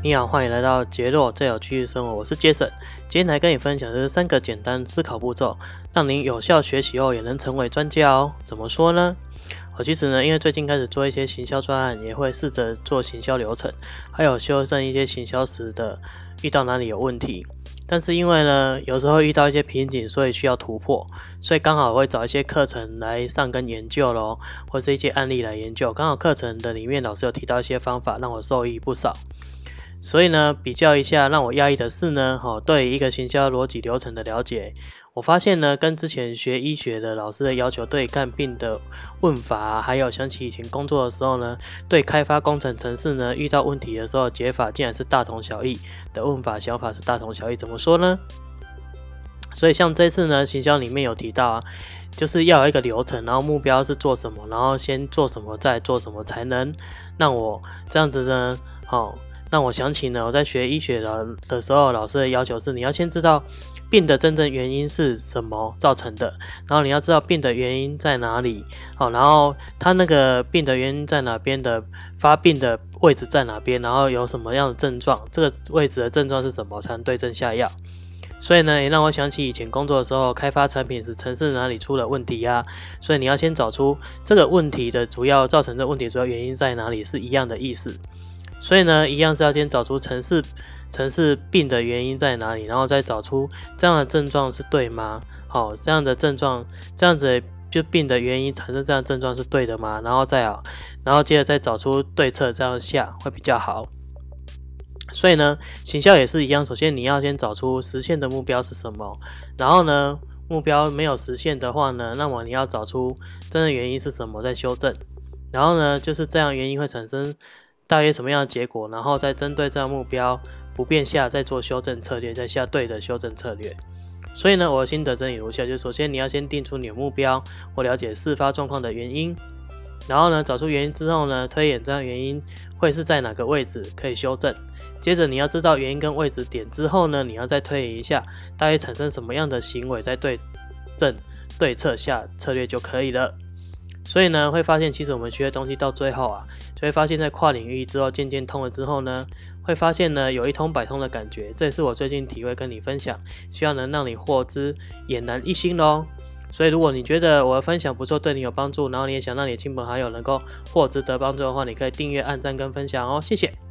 你好，欢迎来到杰洛最有趣的生活，我是 Jason。今天来跟你分享的是3个简单思考步骤，让您有效学习后也能成为专家哦。怎么说呢？其实呢，因为最近开始做一些行销专案，也会试着做行销流程，还有修正一些行销时的遇到哪里有问题。但是因为呢，有时候遇到一些瓶颈，所以需要突破，所以刚好会找一些课程来上跟研究咯，或是一些案例来研究。刚好课程的里面老师有提到一些方法，让我受益不少。所以呢，比较一下，让我讶异的是呢，对一个行销逻辑流程的了解，我发现呢，跟之前学医学的老师的要求对看病的问法，还有想起以前工作的时候呢，对开发工程程式呢，遇到问题的时候解法竟然是大同小异的问法想法是大同小异，怎么说呢？所以像这次呢，行销里面有提到啊，就是要有一个流程，然后目标是做什么，然后先做什么，再做什么，才能让我这样子呢，让我想起呢，我在学医学的时候，老师的要求是你要先知道病的真正原因是什么造成的，然后你要知道病的原因在哪里，然后它那个病的原因在哪边的，发病的位置在哪边，然后有什么样的症状，这个位置的症状是什么，才能对症下药。所以呢，也让我想起以前工作的时候，开发产品时程式哪里出了问题啊，所以你要先找出这个问题的主要造成这个问题主要原因在哪里，是一样的意思。所以呢，一样是要先找出程式病的原因在哪里，然后再找出这样的症状是对吗？这样的症状，这样子就病的原因产生这样的症状是对的吗？然后接着再找出对策，这样下会比较好。所以呢，行销也是一样，首先你要先找出实现的目标是什么，然后呢，目标没有实现的话呢，那么你要找出真的原因是什么，再修正。然后呢，就是这样原因会产生大约什么样的结果，然后再针对这样目标不变下，再做修正策略，再下对的修正策略。所以呢，我的心得整理如下，就是首先你要先定出你的目标，或了解事发状况的原因，然后呢，找出原因之后呢，推演这样原因会是在哪个位置可以修正。接着你要知道原因跟位置点之后呢，你要再推演一下大约产生什么样的行为，再对策下策略就可以了。所以呢，会发现其实我们学的东西到最后啊，就会发现在跨领域之后渐渐通了之后呢，会发现呢有一通百通的感觉。这也是我最近体会跟你分享，希望能让你获知俨然一新咯。所以如果你觉得我的分享不错，对你有帮助，然后你也想让你的亲朋好友能够获知得帮助的话，你可以订阅、按赞跟分享哦，谢谢。